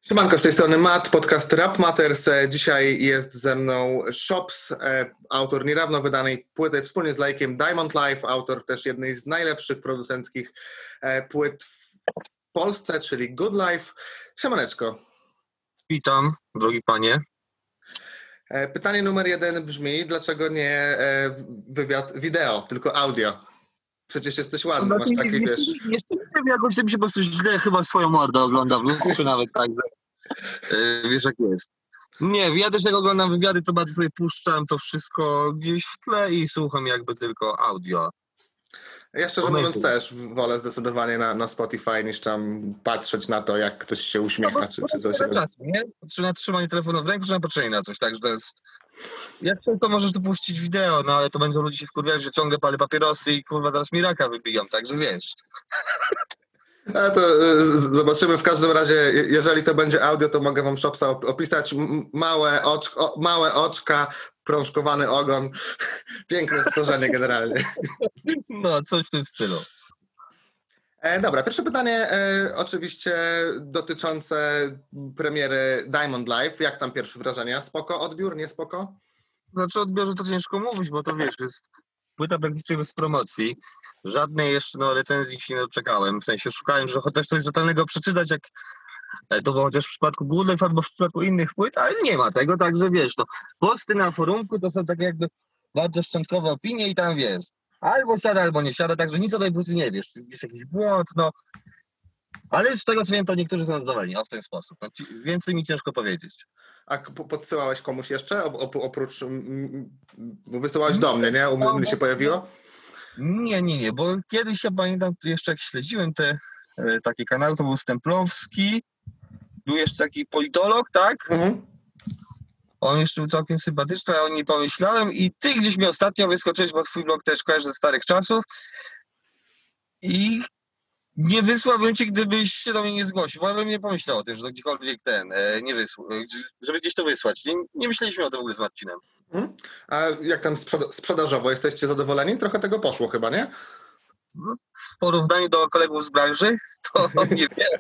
Siemanko, z tej strony Matt, podcast Rap Matters. Dzisiaj jest ze mną Shops, autor niedawno wydanej płyty wspólnie z Lejkiem Diamond Life, autor też jednej z najlepszych producenckich płyt w Polsce, czyli Good Life. Siemaneczko. Witam, drogi panie. Pytanie numer 1 brzmi, dlaczego nie wywiad wideo, tylko audio? Przecież jesteś ładny, masz taki, wiesz... Nie jakoś mi się po prostu źle chyba swoją mordę ogląda w lustrze nawet tak, wiesz jak jest. Nie, ja też jak oglądam wywiady, to bardziej sobie puszczam to wszystko gdzieś w tle i słucham jakby tylko audio. Ja szczerze mówiąc też wolę zdecydowanie na Spotify niż tam patrzeć na to, jak ktoś się uśmiecha. Czy coś. Czasu, nie? Czy na trzymanie telefonu w ręku, czy na patrzenie na coś, także to jest... Jak często możesz tu puścić wideo, no ale to będą ludzie się wkurwiać, że ciągle palę papierosy i kurwa zaraz mi raka wybiją, także wiesz. A to zobaczymy w każdym razie, jeżeli to będzie audio, to mogę wam Shopsa opisać. Małe oczka, prążkowany ogon. Piękne stworzenie generalnie. No, coś w tym stylu. Dobra, pierwsze pytanie oczywiście dotyczące premiery Diamond Life. Jak tam pierwsze wrażenia? Spoko odbiór, nie spoko? Znaczy odbiorze to ciężko mówić, bo to wiesz, jest płyta praktycznie bez promocji. Żadnej jeszcze recenzji się nie doczekałem. W sensie szukałem, że chociaż coś rzetelnego przeczytać, jak to było chociaż w przypadku Good Life albo w przypadku innych płyt, ale nie ma tego, także wiesz, posty na forumku to są takie jakby bardzo szczątkowe opinie i tam wiesz, albo siada, albo nie siada, także nic o tej płyty nie wiesz, jest jakiś błąd, ale z tego co wiem, to niektórzy są zadowoleni, w ten sposób. Więcej mi ciężko powiedzieć. A podsyłałeś komuś jeszcze? Oprócz... Bo wysyłałeś do mnie, nie? U mnie się pojawiło? Nie, bo kiedyś ja pamiętam, jeszcze jak śledziłem te takie kanały, to był Stemplowski, był jeszcze taki politolog, tak? Mhm. On jeszcze był całkiem sympatyczny, a o niej pomyślałem i ty gdzieś mi ostatnio wyskoczyłeś, bo twój blog też kojarzę ze starych czasów i nie wysłałbym ci, gdybyś się do mnie nie zgłosił, bo ja bym nie pomyślał o tym, że gdziekolwiek nie wysłał, żeby gdzieś to wysłać. Nie myśleliśmy o tym w ogóle z Marcinem. A jak tam sprzedażowo? Jesteście zadowoleni? Trochę tego poszło chyba, nie? W porównaniu do kolegów z branży, to nie wiem.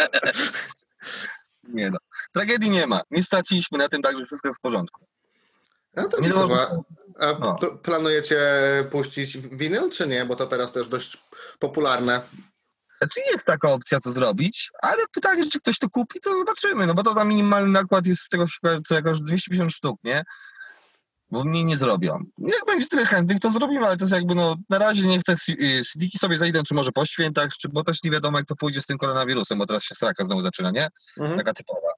Nie no. Tragedii nie ma. Nie straciliśmy na tym, także wszystko jest w porządku. No to Nie planujecie puścić winyl, czy nie? Bo to teraz też dość popularne. Czy jest taka opcja, co zrobić, ale pytanie, czy ktoś to kupi, to zobaczymy, bo to na minimalny nakład jest z tego co jakoś 250 sztuk, nie? Bo mniej nie zrobią. Jak będzie tyle chętnych, to zrobimy, ale to jest jakby, na razie niech te CD-ki sobie zajdą, czy może po świętach, bo też nie wiadomo, jak to pójdzie z tym koronawirusem, bo teraz się sraka znowu zaczyna, nie? Mhm. Taka typowa.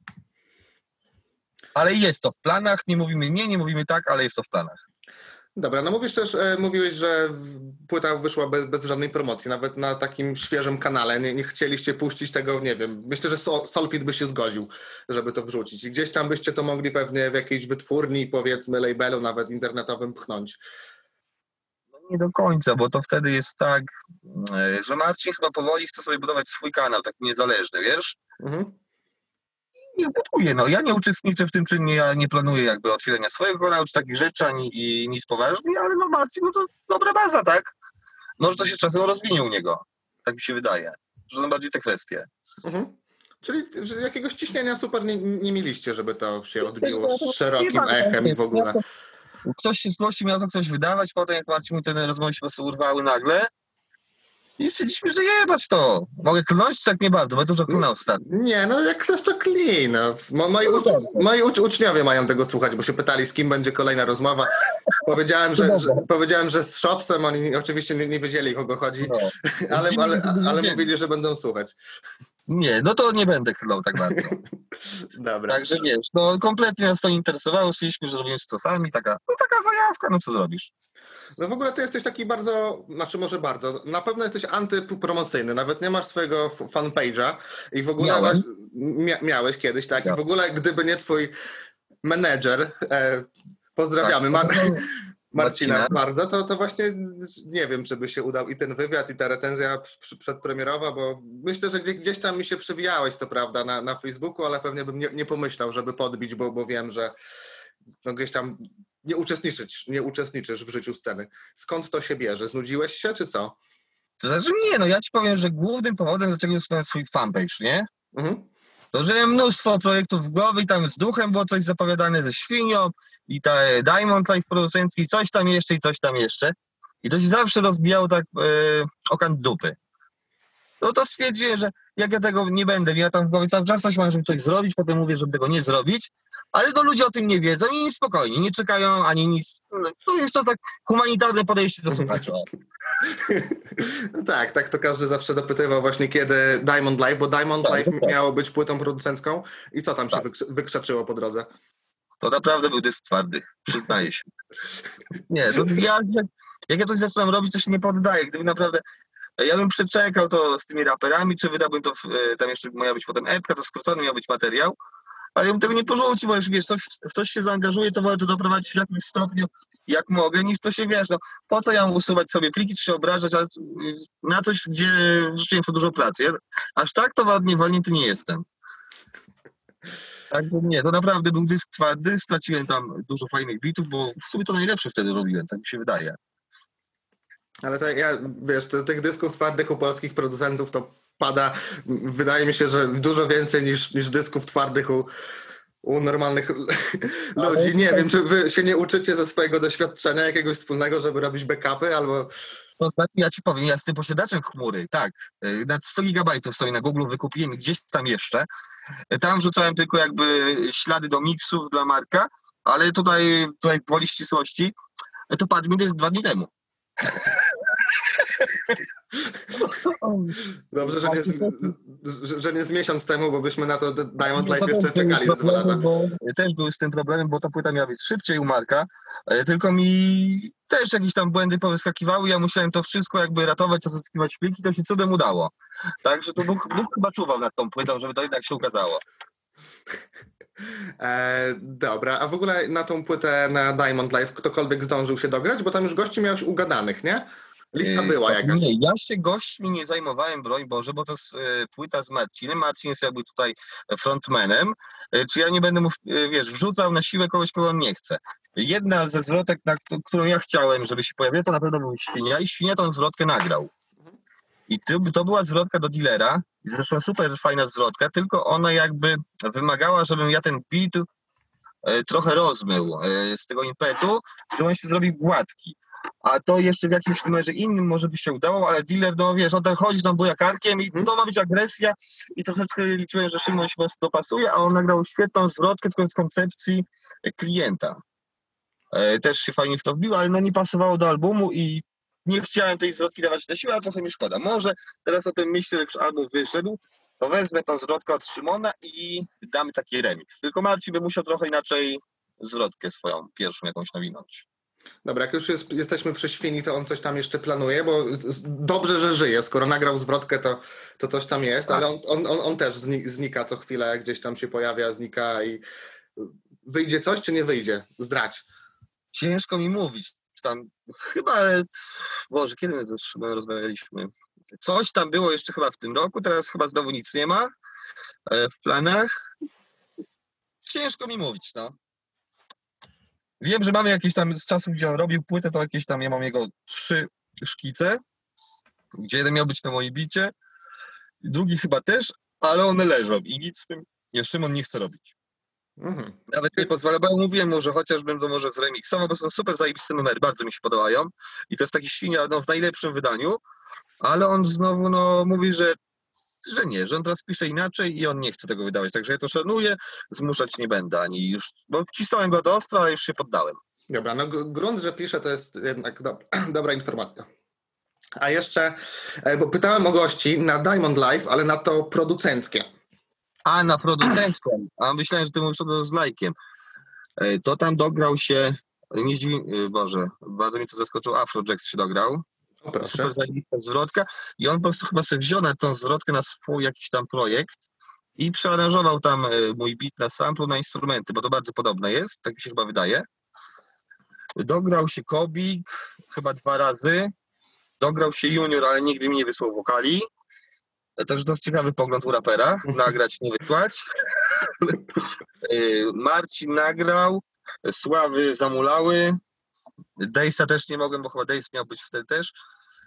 Ale jest to w planach, nie mówimy tak, ale jest to w planach. Dobra, mówiłeś, że płyta wyszła bez żadnej promocji, nawet na takim świeżym kanale. Nie chcieliście puścić tego, nie wiem, myślę, że Solpit by się zgodził, żeby to wrzucić. I gdzieś tam byście to mogli pewnie w jakiejś wytwórni, powiedzmy, labelu nawet internetowym pchnąć. Nie do końca, bo to wtedy jest tak, że Marcin chyba powoli chce sobie budować swój kanał, tak niezależny, wiesz? Mhm. Nie buduje, ja nie uczestniczę w tym czynnie, ja nie planuję jakby otwierania swojego kanału, czy takich rzeczy, ani nic poważnie, ale Marcin, to dobra baza, tak? Może to się czasem rozwinie u niego, tak mi się wydaje, że są bardziej te kwestie. Mhm. Czyli że jakiegoś ciśnienia super nie mieliście, żeby to się odbiło z szerokim echem i w ogóle. Ktoś się zgłosił, miał to ktoś wydawać, potem jak Marcin mu te rozmowy się po prostu urwały nagle i stwierdziliśmy, że jebać to. Mogę klnąć, czy tak nie bardzo, bo dużo klnął ostatnio. Nie, jak chcesz to klin. Moi uczniowie mają tego słuchać, bo się pytali, z kim będzie kolejna rozmowa. Powiedziałem, że z Shopsem, oni oczywiście nie wiedzieli, o kogo chodzi, ale mówili, że będą słuchać. Nie, to nie będę klnął tak bardzo. Dobra. Także wiesz, kompletnie nas to nie interesowało, stwierdziliśmy, że robimy z to sami, taka zajawka, co zrobisz? W ogóle ty jesteś taki może bardzo, na pewno jesteś antypromocyjny, nawet nie masz swojego fanpage'a i w ogóle miałeś kiedyś, tak? I w ogóle gdyby nie twój menedżer, pozdrawiamy Marcina bardzo, to właśnie nie wiem, czy by się udał i ten wywiad, i ta recenzja przedpremierowa, bo myślę, że gdzieś tam mi się przewijałeś, to prawda, na Facebooku, ale pewnie bym nie pomyślał, żeby podbić, bo wiem, że gdzieś tam nie uczestniczysz w życiu sceny. Skąd to się bierze? Znudziłeś się, czy co? To znaczy nie, ja ci powiem, że głównym powodem, dlaczego usunąłem swój fanpage, nie? Mhm. To, że miałem mnóstwo projektów w głowie i tam z duchem było coś zapowiadane, ze świnią i ta Diamond Life producencki, coś tam jeszcze i coś tam jeszcze. I to się zawsze rozbijało tak o kant dupy. No to stwierdziłem, że jak ja tego nie będę, ja tam w głowie cały czas coś mam, żeby coś zrobić, potem mówię, żeby tego nie zrobić, ale to ludzie o tym nie wiedzą i spokojnie, nie czekają ani nic. To jeszcze tak humanitarne podejście do słuchacza. No tak to każdy zawsze dopytywał właśnie kiedy Diamond Life, bo Diamond Life miało być płytą producencką i co tam się wykrzaczyło po drodze? To naprawdę był dysk twardy, przyznaję się. Nie, to jak ja coś zaczynam robić, to się nie poddaję. Gdyby naprawdę, ja bym przeczekał to z tymi raperami, czy wydałbym to, tam jeszcze miała być potem epka, to skrócony miał być materiał, ale ja bym tego nie porzucił, bo już wiesz, w coś się zaangażuje, to wolę to doprowadzić w jakimś stopniu, jak mogę, niż to się, wiesz, no po co ja mam usuwać sobie pliki, czy się obrażać na coś, gdzie wrzuciłem w to dużo pracy. Ja aż tak to walnięty nie jestem. Także nie, to naprawdę był dysk twardy, straciłem tam dużo fajnych bitów, bo w sumie to najlepsze wtedy robiłem, tak mi się wydaje. Ale to ja, wiesz, tych dysków twardych u polskich producentów to pada, wydaje mi się, że dużo więcej niż dysków twardych u normalnych ludzi. Nie wiem, czy wy się nie uczycie ze swojego doświadczenia jakiegoś wspólnego, żeby robić backupy albo... To znaczy, ja ci powiem, ja z tym posiadaczem chmury, tak, na 100 gigabajtów sobie na Google wykupiłem gdzieś tam jeszcze. Tam wrzucałem tylko jakby ślady do miksów dla Marka, ale tutaj woli ścisłości, to padł mi dysk 2 dni temu. Dobrze, że nie z miesiąc temu, bo byśmy na to Diamond Life jeszcze czekali za 2 lata. Też były z tym problemem, bo ta płyta miała być szybciej u Marka, tylko mi też jakieś tam błędy powyskakiwały, ja musiałem to wszystko jakby ratować, odzyskiwać pliki, to się cudem udało. Także to Bóg chyba czuwał nad tą płytą, żeby to jednak się ukazało. Dobra, a w ogóle na tą płytę na Diamond Life ktokolwiek zdążył się dograć? Bo tam już gości miałeś ugadanych, nie? Lista była jakaś. Nie, ja się gośćmi nie zajmowałem, broń Boże, bo to jest płyta z Marcinem. Marcin jest jakby tutaj frontmanem. Czy ja nie będę mu, wiesz, wrzucał na siłę kogoś, kogo on nie chce. Jedna ze zwrotek, którą ja chciałem, żeby się pojawiła, to na pewno był Świnia i Świnia tą zwrotkę nagrał. I to była zwrotka do dealera, zresztą super fajna zwrotka, tylko ona jakby wymagała, żebym ja ten beat trochę rozmył z tego impetu, żeby on się zrobił gładki. A to jeszcze w jakimś numerze innym może by się udało, ale dealer, no wiesz, on tak chodzi tam bujakarkiem i to ma być agresja i troszeczkę liczyłem, że Szymon się dopasuje, a on nagrał świetną zwrotkę, tylko z koncepcji klienta. Też się fajnie w to wbił, ale no nie pasowało do albumu i nie chciałem tej zwrotki dawać na siłę, a trochę mi szkoda. Może teraz o tym myślę, jak już album wyszedł, to wezmę tą zwrotkę od Szymona i damy taki remix. Tylko Marcin by musiał trochę inaczej zwrotkę swoją pierwszą jakąś nawinąć. Dobra, jak już jesteśmy przy Świni, to on coś tam jeszcze planuje, bo dobrze, że żyje. Skoro nagrał zwrotkę, to coś tam jest, tak. Ale on też znika co chwilę, gdzieś tam się pojawia, znika i wyjdzie coś, czy nie wyjdzie? Zdradź. Ciężko mi mówić. Tam chyba, Boże, kiedy my rozmawialiśmy? Coś tam było jeszcze chyba w tym roku, teraz chyba znowu nic nie ma w planach. Ciężko mi mówić, no. Wiem, że mamy jakieś tam z czasów, gdzie on robił płytę, to jakieś tam, ja mam jego 3 szkice, gdzie jeden miał być na moim bicie, drugi chyba też, ale one leżą i nic z tym Szymon nie chce robić. Nawet nie pozwala, bo ja mówiłem mu, że chociażbym to może zremiksował, bo są super zajebiste numery, bardzo mi się podobają i to jest taki Świnia w najlepszym wydaniu, ale on znowu mówi, że nie, że on teraz pisze inaczej i on nie chce tego wydawać, także ja to szanuję, zmuszać nie będę ani już, bo wcisnąłem go do ostra, ale już się poddałem. Dobra, no grunt, że pisze, to jest jednak dobra informacja. A jeszcze, bo pytałem o gości na Diamond Life, ale na to producenckie. A, na producencką, a myślałem, że ty mówisz to z lajkiem. To tam dograł się, nie dziwi, Boże, bardzo mi to zaskoczył, Afrojack się dograł. Super zajebista zwrotka i on po prostu chyba sobie wziął tą zwrotkę na swój jakiś tam projekt i przearanżował tam mój beat na samplu, na instrumenty, bo to bardzo podobne jest, tak mi się chyba wydaje. Dograł się Kobik chyba 2 razy, dograł się Junior, ale nigdy mi nie wysłał wokali. Także to jest ciekawy pogląd u rapera, nagrać, nie wysłać. Marcin nagrał, Sławy zamulały, Dejsa też nie mogłem, bo chyba Dejs miał być wtedy też.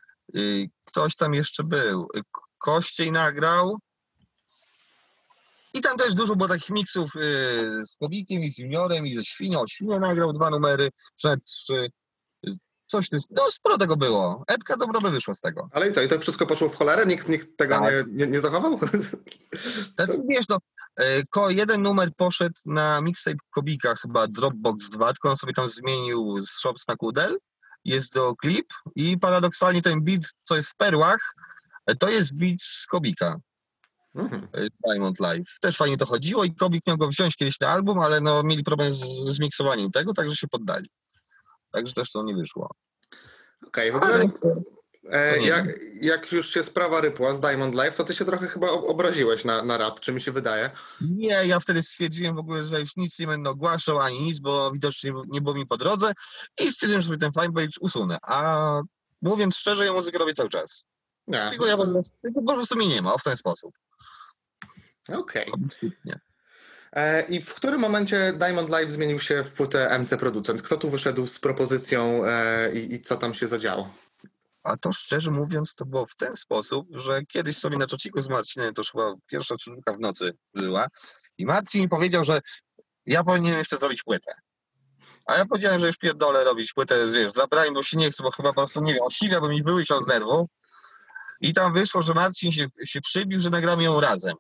Ktoś tam jeszcze był. Kościej nagrał. I tam też dużo było takich miksów z Kobikiem i z Juniorem i ze Świnią. Świnia nagrał 2 numery, przed 3. Coś, no sporo tego było. Epka dobro by wyszła z tego. Ale i co, i to wszystko poszło w cholerę? Nikt tego Tak. nie zachował? Znaczy, wiesz, no, jeden numer poszedł na mixtape Kobika, chyba Dropbox 2, tylko on sobie tam zmienił z Shops na Kudel. Jest do klip i paradoksalnie ten beat, co jest w perłach, to jest beat z Kobika. Diamond Live. Też fajnie to chodziło i Kobik miał go wziąć kiedyś na album, ale no, mieli problem z miksowaniem tego, także się poddali. Także też to nie wyszło. Okej, w ogóle nie jak już się sprawa rypła z Diamond Live, to ty się trochę chyba obraziłeś na rap, czy mi się wydaje? Nie, ja wtedy stwierdziłem w ogóle, że już nic nie będę ogłaszał, ani nic, bo widocznie nie było mi po drodze i stwierdziłem, że sobie ten fanpage usunę. A mówiąc szczerze, ja muzykę robię cały czas. Nie. Tylko ja po prostu mnie nie ma, w ten sposób. Okej. Obstycznie. I w którym momencie Diamond Live zmienił się w płytę MC Producent? Kto tu wyszedł z propozycją i co tam się zadziało? A to szczerze mówiąc, to było w ten sposób, że kiedyś sobie na czociku z Marcinem, to już chyba pierwsza czwórka w nocy była, i Marcin mi powiedział, że ja powinienem jeszcze zrobić płytę. A ja powiedziałem, że już pierdolę robić płytę, wiesz, zabrałem, bo się nie chcę, bo chyba po prostu, nie wiem, osiwiałbym i wyłysiał z nerwu. I tam wyszło, że Marcin się przybił, że nagramy ją razem.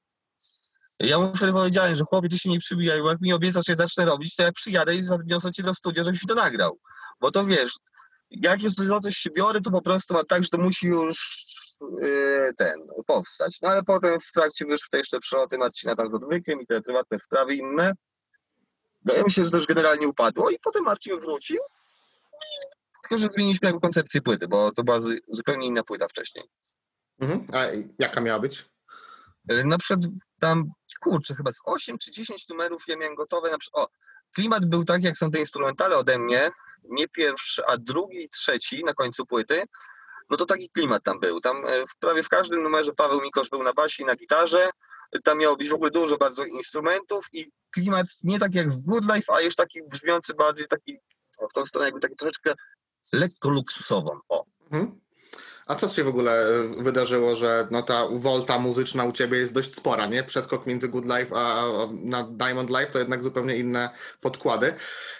Ja mu wtedy powiedziałem, że chłopie, ty się nie przybijaj, bo jak mi obiecasz, że zacznę robić, to ja przyjadę i zaniosę cię do studia, żebyś mi to nagrał. Bo to wiesz, jak już za coś się biorę, to po prostu ma tak, że to musi już powstać. No ale potem w trakcie wyszły te jeszcze przeloty Marcina tam z odwykiem i te prywatne sprawy inne. No ja myślę, że to już generalnie upadło i potem Marcin wrócił. Tylko, że zmieniliśmy jakby koncepcję płyty, bo to była zupełnie inna płyta wcześniej. A jaka miała być? Na przykład tam, kurczę, chyba z 8 czy 10 numerów ja miałem gotowe. Na przykład, klimat był tak, jak są te instrumentale ode mnie, nie pierwszy, a drugi i trzeci na końcu płyty. No to taki klimat tam był. Tam prawie w każdym numerze Paweł Mikosz był na basie i na gitarze. Tam miało być w ogóle dużo bardzo instrumentów i klimat nie tak jak w Good Life, a już taki brzmiący bardziej taki w tą stronę jakby taki troszeczkę lekko luksusową. O. A co się w ogóle wydarzyło, że no ta wolta muzyczna u ciebie jest dość spora, nie? Przeskok między Good Life a na Diamond Life to jednak zupełnie inne podkłady.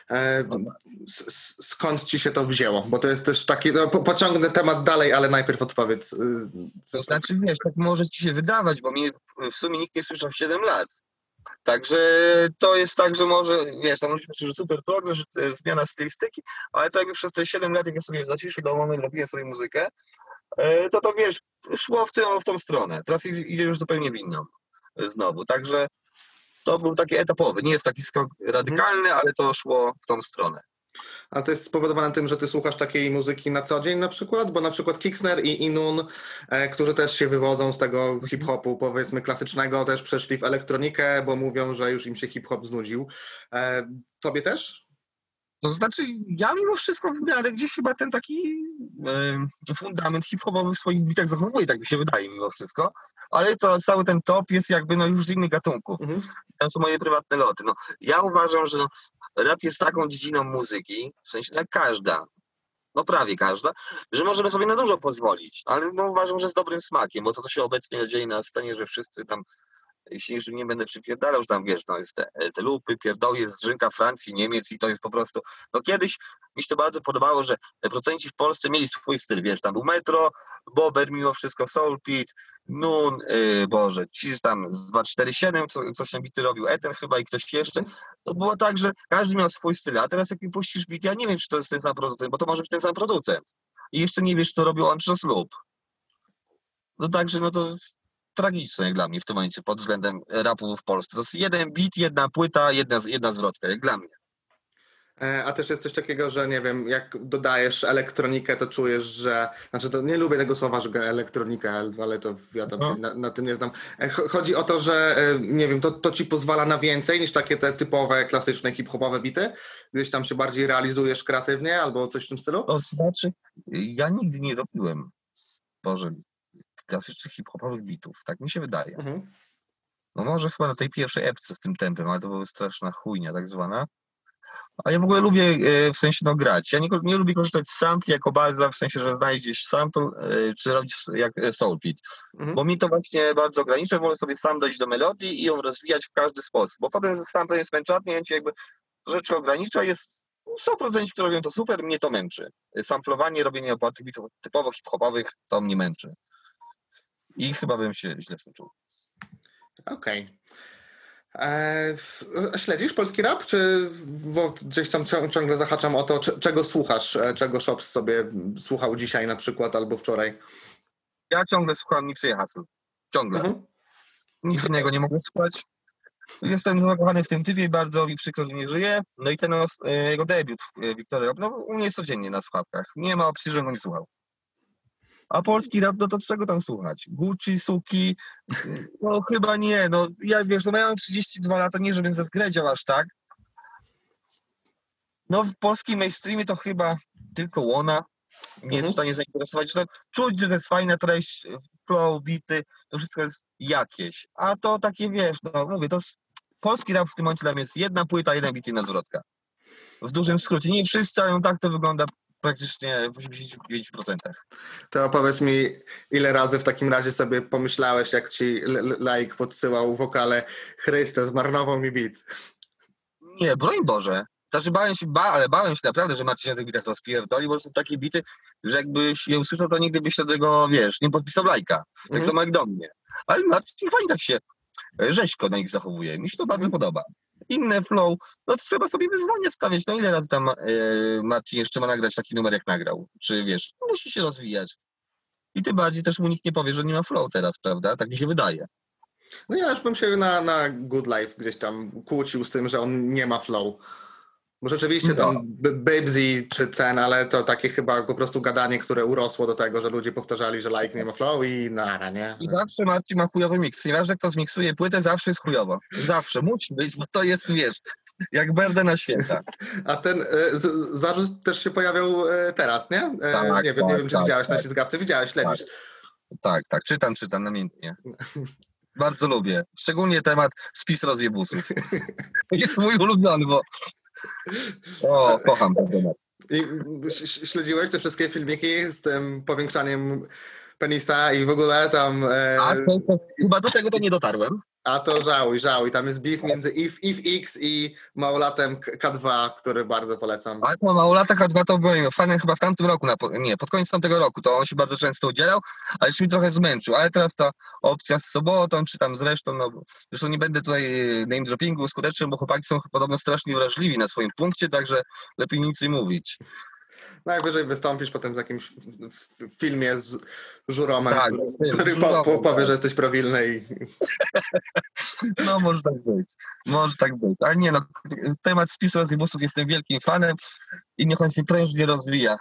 Skąd ci się to wzięło? Bo to jest też taki, no, pociągnę temat dalej, ale najpierw odpowiedz. To znaczy, wiesz, tak może ci się wydawać, bo mnie w sumie nikt nie słyszał 7 lat. Także to jest tak, że może, wiesz, tam mówimy, że super progres, że to jest zmiana stylistyki, ale to jakby przez te 7 lat, jak ja sobie w zaciszu domowym robiłem sobie muzykę, to wiesz, szło w tą stronę. Teraz idzie już zupełnie w inną znowu. Także to był taki etapowy. Nie jest taki skok radykalny, ale to szło w tą stronę. A to jest spowodowane tym, że ty słuchasz takiej muzyki na co dzień na przykład? Bo na przykład Kixner i Inun, którzy też się wywodzą z tego hip-hopu powiedzmy klasycznego, też przeszli w elektronikę, bo mówią, że już im się hip-hop znudził. Tobie też? To znaczy, ja mimo wszystko w miarę gdzieś chyba ten taki fundament hip-hopowy w swoich bitach zachowuję, tak mi się wydaje mimo wszystko, ale to cały ten top jest jakby no już z innych gatunków. To są moje prywatne loty. No, ja uważam, że rap jest taką dziedziną muzyki, w sensie jak każda, no prawie każda, że możemy sobie na dużo pozwolić, ale no uważam, że z dobrym smakiem, bo to, co się obecnie dzieje na scenie, że wszyscy tam, jeśli już nie będę przypierdalał, że tam wiesz, no jest te lupy, pierdoły, jest drzynka Francji, Niemiec i to jest po prostu, no kiedyś mi się to bardzo podobało, że procenci w Polsce mieli swój styl, wiesz, tam był Metro, Bober mimo wszystko, Soul Pit, Nun, Boże, ci tam z 247, ktoś tam bity robił, Eten chyba i ktoś jeszcze, to było tak, że każdy miał swój styl, a teraz jak mi puścisz bit, ja nie wiem, czy to jest ten sam producent, bo to może być ten sam producent i jeszcze nie wiesz, co robił Anschluss Lub. No także, no to tragiczne jak dla mnie w tym momencie pod względem rapu w Polsce. To jest jeden beat, jedna płyta, jedna zwrotka, jak dla mnie. A też jest coś takiego, że nie wiem, jak dodajesz elektronikę, to czujesz, że... Znaczy, to nie lubię tego słowa, że elektronika, ale to ja tam się na tym nie znam. Chodzi o to, że nie wiem, to ci pozwala na więcej niż takie te typowe, klasyczne, hip-hopowe bity? Gdzieś tam się bardziej realizujesz kreatywnie albo coś w tym stylu? To znaczy, ja nigdy nie robiłem, Boże, klasycznych hip-hopowych bitów, tak mi się wydaje. No może chyba na tej pierwszej epce z tym tempem, ale to była straszna chujnia tak zwana. A ja w ogóle lubię w sensie no grać. Ja nie lubię korzystać z sampli jako baza, w sensie, że znaleźć gdzieś sample, czy robić jak Soulbeat. Mhm. Bo mi to właśnie bardzo ogranicza, wolę sobie sam dojść do melodii i ją rozwijać w każdy sposób. Bo potem ze samplem jest męczarnie, ja cię jakby rzeczy ogranicza, jest 100%, które robią to super, mnie to męczy. Samplowanie, robienie opartych bitów typowo hip-hopowych, to mnie męczy. I chyba bym się źle z tym czuł. Okej. Śledzisz polski rap, czy bo gdzieś tam ciągle zahaczam o to, czego słuchasz, czego Shops sobie słuchał dzisiaj na przykład albo wczoraj? Ja ciągle słucham Nipsey Hussle. Ciągle. Mhm. Nic innego nie mogę słuchać. Jestem zakochany w tym typie i bardzo mi przykro, że nie żyje. No i ten jego debiut, Victoria, no u mnie jest codziennie na słuchawkach. Nie ma opcji, żebym go nie słuchał. A polski rap, no to czego tam słuchać? Gucci, Suki? No chyba nie. No ja wiesz, no ja mam 32 lata, nie żebym zezgredzał aż tak. No w polskim mainstreamie to chyba tylko Łona mnie jest w stanie zainteresować. Że czuć, że to jest fajna treść, flow, bity, to wszystko jest jakieś. A to takie, wiesz, no mówię, to jest, polski rap w tym momencie dla mnie jest jedna płyta, jeden bit, jedna zwrotka. W dużym skrócie. Nie wszyscy, ale tak to wygląda praktycznie w 89%. To opowiedz mi, ile razy w takim razie sobie pomyślałeś, jak ci Laik podsyłał wokale: Chryste, zmarnował mi beat. Nie, broń Boże. Znaczy bałem się naprawdę, że Marcin na tych bitach to spierdoli, bo są takie bity, że jakbyś je usłyszał, to nigdy byś tego, wiesz, nie podpisał lajka. Tak samo jak do mnie. Ale Marcin fajnie tak się rzeźko na nich zachowuje. Mi się to bardzo podoba. Inne flow, no to trzeba sobie wyzwania stawiać. No ile razy tam Marcin jeszcze ma nagrać taki numer, jak nagrał? Czy wiesz, musi się rozwijać. I tym bardziej też mu nikt nie powie, że nie ma flow teraz, prawda? Tak mi się wydaje. No ja już bym się na Good Life gdzieś tam kłócił z tym, że on nie ma flow. Bo rzeczywiście tam Babesy czy ten, ale to takie chyba po prostu gadanie, które urosło do tego, że ludzie powtarzali, że Laik nie ma flow i nara, nie? I zawsze Marcin ma chujowy miks. Nieważne kto zmiksuje płytę, zawsze jest chujowo. Zawsze. Musi być, bo to jest, wiesz, jak Berdę na święta. A ten zarzut też się pojawiał teraz, nie? Tak, nie wiem, czy tak, widziałeś na tak. Ślizgawce. Widziałeś, śledzisz. Tak. Czytam namiętnie. Bardzo lubię. Szczególnie temat spis rozjebusów. To jest mój ulubiony, bo kocham ten temat. I śledziłeś te wszystkie filmiki z tym powiększaniem penisa i w ogóle tam... Chyba do tego to nie dotarłem. A to żałuj. Tam jest beef między If i Małolatem K2, który bardzo polecam. Ale po Małolata K2 to byłem fanem chyba w tamtym roku, pod koniec tamtego roku, to on się bardzo często udzielał, ale już mi trochę zmęczył, ale teraz ta opcja z Sobotą, czy tam z resztą, no zresztą nie będę tutaj name droppingu skutecznym, bo chłopaki są podobno strasznie wrażliwi na swoim punkcie, także lepiej nic nie mówić. Najwyżej wystąpisz potem w jakimś filmie z Żuromem, Tak, który powie, że jesteś prawilny i... No może tak być. Ale nie no, temat spisu rozjebusów jestem wielkim fanem i niech on się prężnie rozwija.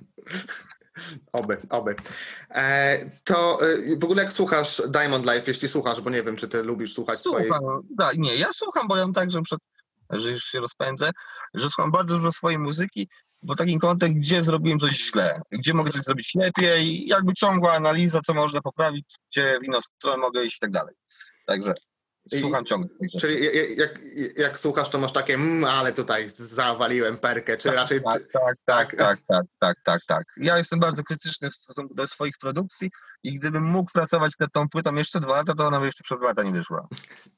Oby. To w ogóle jak słuchasz Diamond Life, jeśli słuchasz, bo nie wiem, czy ty lubisz słuchać swojej... Nie, ja słucham, bo ja mam tak, że już się rozpędzę, że słucham bardzo dużo swojej muzyki, bo taki kontekst, gdzie zrobiłem coś źle, gdzie mogę coś zrobić lepiej, jakby ciągła analiza, co można poprawić, gdzie w inną stronę mogę iść i tak dalej. Także słucham ciągle. Czyli jak słuchasz, to masz takie, ale tutaj zawaliłem perkę, czy raczej... Tak. Ja jestem bardzo krytyczny w stosunku do swoich produkcji i gdybym mógł pracować nad tą płytą jeszcze 2 lata, to ona by jeszcze przez 2 lata nie wyszła.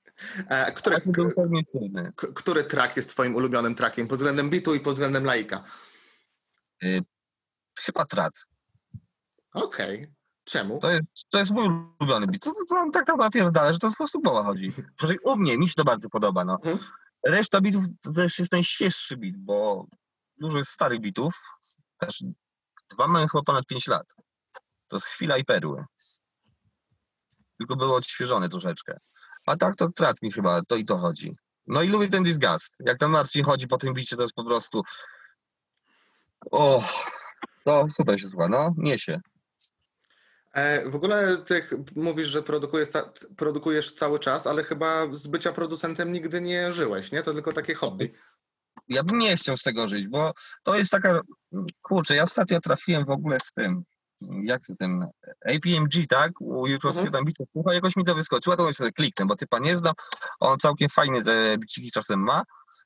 Który track jest twoim ulubionym trackiem pod względem bitu i pod względem Laika? Chyba Trat. Okej. Czemu? To jest mój ulubiony bit. To tak napierdala, że to po prostu głowa chodzi. U mnie, mi się to bardzo podoba. No. Reszta bitów to też jest najświeższy bit, bo dużo jest starych bitów. Też 2 mają chyba ponad 5 lat. To jest Chwila i Perły. Tylko było odświeżone troszeczkę. A tak to Trat mi chyba, to i to chodzi. No i lubię ten Disgust. Jak tam Marcin chodzi po tym bicie, to jest po prostu... to super się słucha, no, niesie. W ogóle ty mówisz, że produkujesz cały czas, ale chyba z bycia producentem nigdy nie żyłeś, nie? To tylko takie hobby. Ja bym nie chciał z tego żyć, bo to jest taka... Kurczę, ja ostatnio trafiłem w ogóle z tym... Jak ten APMG, tak? U Jutrowskiego tam bicie słucha, jakoś mi to wyskoczyło, to sobie kliknę, bo typa nie znam. On całkiem fajnie te biciki czasem ma.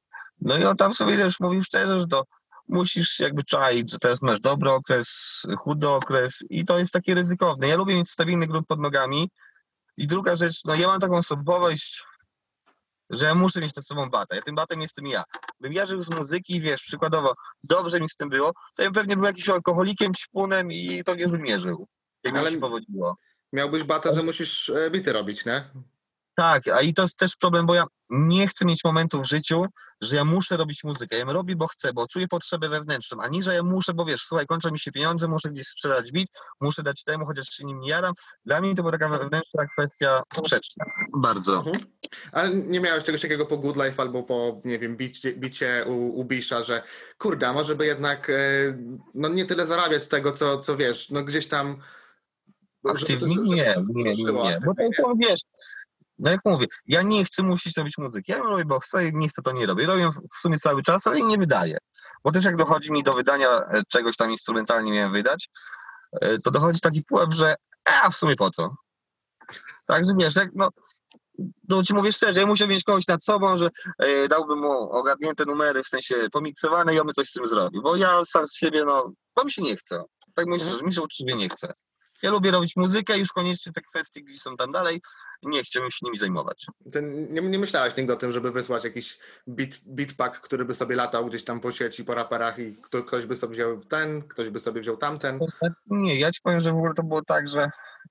No i on tam sobie też mówił szczerze, że to musisz jakby czaić, że teraz masz dobry okres, chudy okres i to jest takie ryzykowne. Ja lubię mieć stabilny grunt pod nogami i druga rzecz, no ja mam taką osobowość, że ja muszę mieć nad sobą batę. Tym batem jestem ja. Bym ja żył z muzyki, wiesz, przykładowo, dobrze mi z tym było, to ja bym pewnie był jakimś alkoholikiem, ćpunem i to nie bym nie żył, jak mi Ale się powodziło. miałbyś batę, że musisz bity robić, nie? Tak, a i to jest też problem, bo ja nie chcę mieć momentu w życiu, że ja muszę robić muzykę. Ja ją robię, bo chcę, bo czuję potrzebę wewnętrzną, a nie, że ja muszę, bo wiesz, słuchaj, kończą mi się pieniądze, muszę gdzieś sprzedać beat, muszę dać temu, chociaż się nim nie jaram. Dla mnie to była taka wewnętrzna kwestia sprzeczna. Bardzo. Mhm. Ale nie miałeś czegoś takiego po Good Life albo po, nie wiem, bicie u Bisha, że kurde, a może by jednak no nie tyle zarabiać z tego, co wiesz, no gdzieś tam... Aktywnie? Nie. Bo to są, wiesz, no jak mówię, ja nie chcę musieć robić muzyki. Ja ją robię, bo chcę i nie chcę, to nie robię. Robię w sumie cały czas, ale nie wydaję. Bo też jak dochodzi mi do wydania czegoś tam instrumentalnie miałem wydać, to dochodzi taki pułap, że a w sumie po co? Także wiesz, jak, no, to ci mówię szczerze, ja muszę mieć kogoś nad sobą, że dałbym mu ogarnięte numery, w sensie pomiksowane i on by coś z tym zrobił. Bo ja sam z siebie, no, bo mi się nie chce. Tak myślę, że mi się uczciwie nie chce. Ja lubię robić muzykę, już koniecznie te kwestie gdzieś są tam dalej, nie chciałbym się nimi zajmować. Ty nie myślałeś nigdy o tym, żeby wysłać jakiś beatpack, który by sobie latał gdzieś tam po sieci, po raperach i ktoś by sobie wziął ten, ktoś by sobie wziął tamten? Nie, ja ci powiem, że w ogóle to było tak, że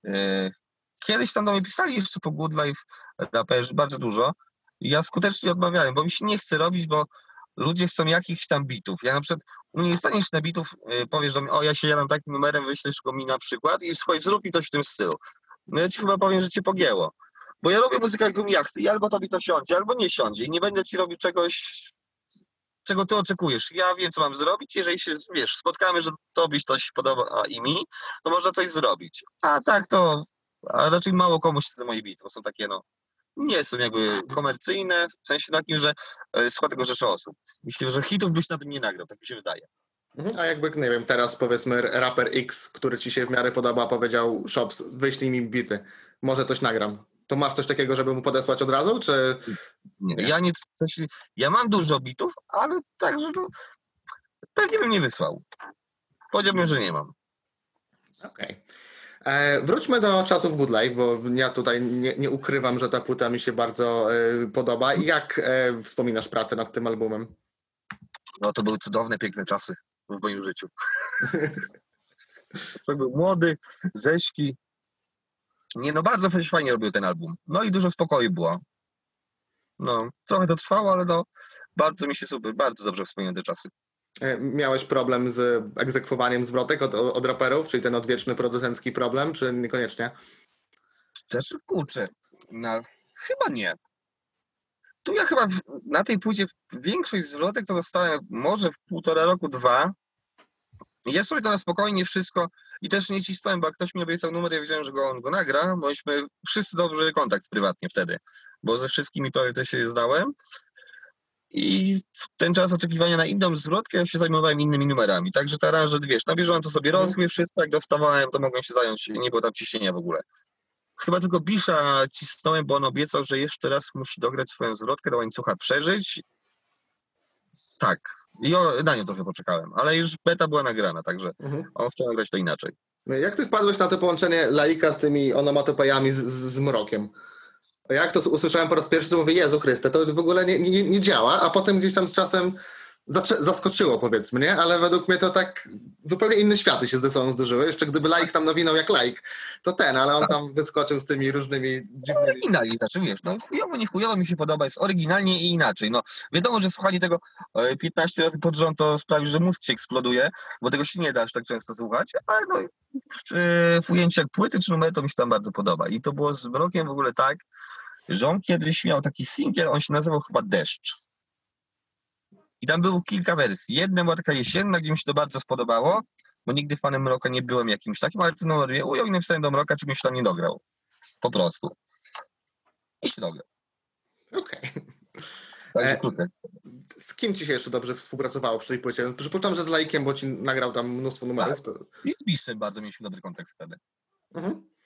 kiedyś tam do mnie pisali jeszcze po Good Life raperzy bardzo dużo i ja skutecznie odmawiałem, bo mi się nie chce robić, bo ludzie chcą jakichś tam bitów. Ja na przykład, u mnie nie staniesz na bitów, powiesz do mnie, o ja się jaram takim numerem, wyślesz go mi na przykład i słuchaj, zrób mi coś w tym stylu. No ja ci chyba powiem, że cię pogięło. Bo ja robię muzykę, jaką ja chcę i albo to mi to siądzie, albo nie siądzie i nie będę ci robił czegoś, czego ty oczekujesz. Ja wiem, co mam zrobić, jeżeli się, wiesz, spotkamy, że tobie to się podoba, a i mi, to można coś zrobić. A tak to, a raczej mało komuś te moje bity, bo są takie, no, nie są jakby komercyjne, w sensie takim, że słucha tego rzeszy osób. Myślę, że hitów byś na tym nie nagrał, tak mi się wydaje. A jakby, nie wiem, teraz powiedzmy raper X, który ci się w miarę podoba, powiedział Shops, wyślij mi bity, może coś nagram. To masz coś takiego, żeby mu podesłać od razu, czy... Nie. Ja mam dużo bitów, ale także no, pewnie bym nie wysłał. Powiedziałbym, że nie mam. Okej. Wróćmy do czasów Good Life, bo ja tutaj nie ukrywam, że ta płyta mi się bardzo podoba. I jak wspominasz pracę nad tym albumem? No to były cudowne, piękne czasy w moim życiu. Człowiek był młody, rzeźki. Nie, no bardzo fajnie robił ten album. No i dużo spokoju było. No, trochę to trwało, ale no, bardzo mi się super, bardzo dobrze wspominam te czasy. Miałeś problem z egzekwowaniem zwrotek od raperów, czyli ten odwieczny producencki problem, czy niekoniecznie? Znaczy, kurczę, no, chyba nie. Tu ja chyba na tej płycie większość zwrotek to dostałem może w 1,5 roku, 2. Ja sobie to na spokojnie wszystko i też nie cisnąłem, bo jak ktoś mi obiecał numer, ja wiedziałem, że on go nagra, bo myśmy wszyscy dobry kontakt prywatnie wtedy, bo ze wszystkimi to się zdałem. I w ten czas oczekiwania na inną zwrotkę ja się zajmowałem innymi numerami. Także te aranże, wiesz, na bieżąco sobie rosły wszystko, jak dostawałem, to mogłem się zająć, nie było tam ciśnienia w ogóle. Chyba tylko Bisha cisnąłem, bo on obiecał, że jeszcze raz musi dograć swoją zwrotkę do łańcucha przeżyć. Tak. I na nią trochę poczekałem, ale już beta była nagrana, także on chciał nagrać to inaczej. Jak ty wpadłeś na to połączenie laika z tymi onomatopejami z mrokiem? Jak to usłyszałem po raz pierwszy, to mówię, Jezu Chryste, to w ogóle nie działa, a potem gdzieś tam z czasem zaskoczyło, powiedzmy, nie? Ale według mnie to tak zupełnie inne światy się ze sobą zdarzyły. Jeszcze gdyby laik tam nawinął jak laik, to ale on tam wyskoczył z tymi różnymi dziwnymi... Oryginalnie, znaczy wiesz, no chujowo, nie chujowo mi się podoba, jest oryginalnie i inaczej. No wiadomo, że słuchanie tego 15 razy pod rząd to sprawi, że mózg się eksploduje, bo tego się nie da aż tak często słuchać, ale no w ujęciu jak płyty czy numery to mi się tam bardzo podoba. I to było z Mrokiem w ogóle tak, że on kiedyś miał taki singiel, on się nazywał chyba Deszcz. I tam było kilka wersji. Jedna była taka jesienna, gdzie mi się to bardzo spodobało, bo nigdy fanem Mroka nie byłem jakimś takim, ale ten numer mnie ujął i napisałem do Mroka, czy mi się tam nie dograł. Po prostu. I się dograł. Okej. Także krótko. Z kim ci się jeszcze dobrze współpracowało przy tej płycie? Przypuszczam, że z laikiem, bo ci nagrał tam mnóstwo numerów. To... I z Biszem bardzo mieliśmy dobry kontakt wtedy.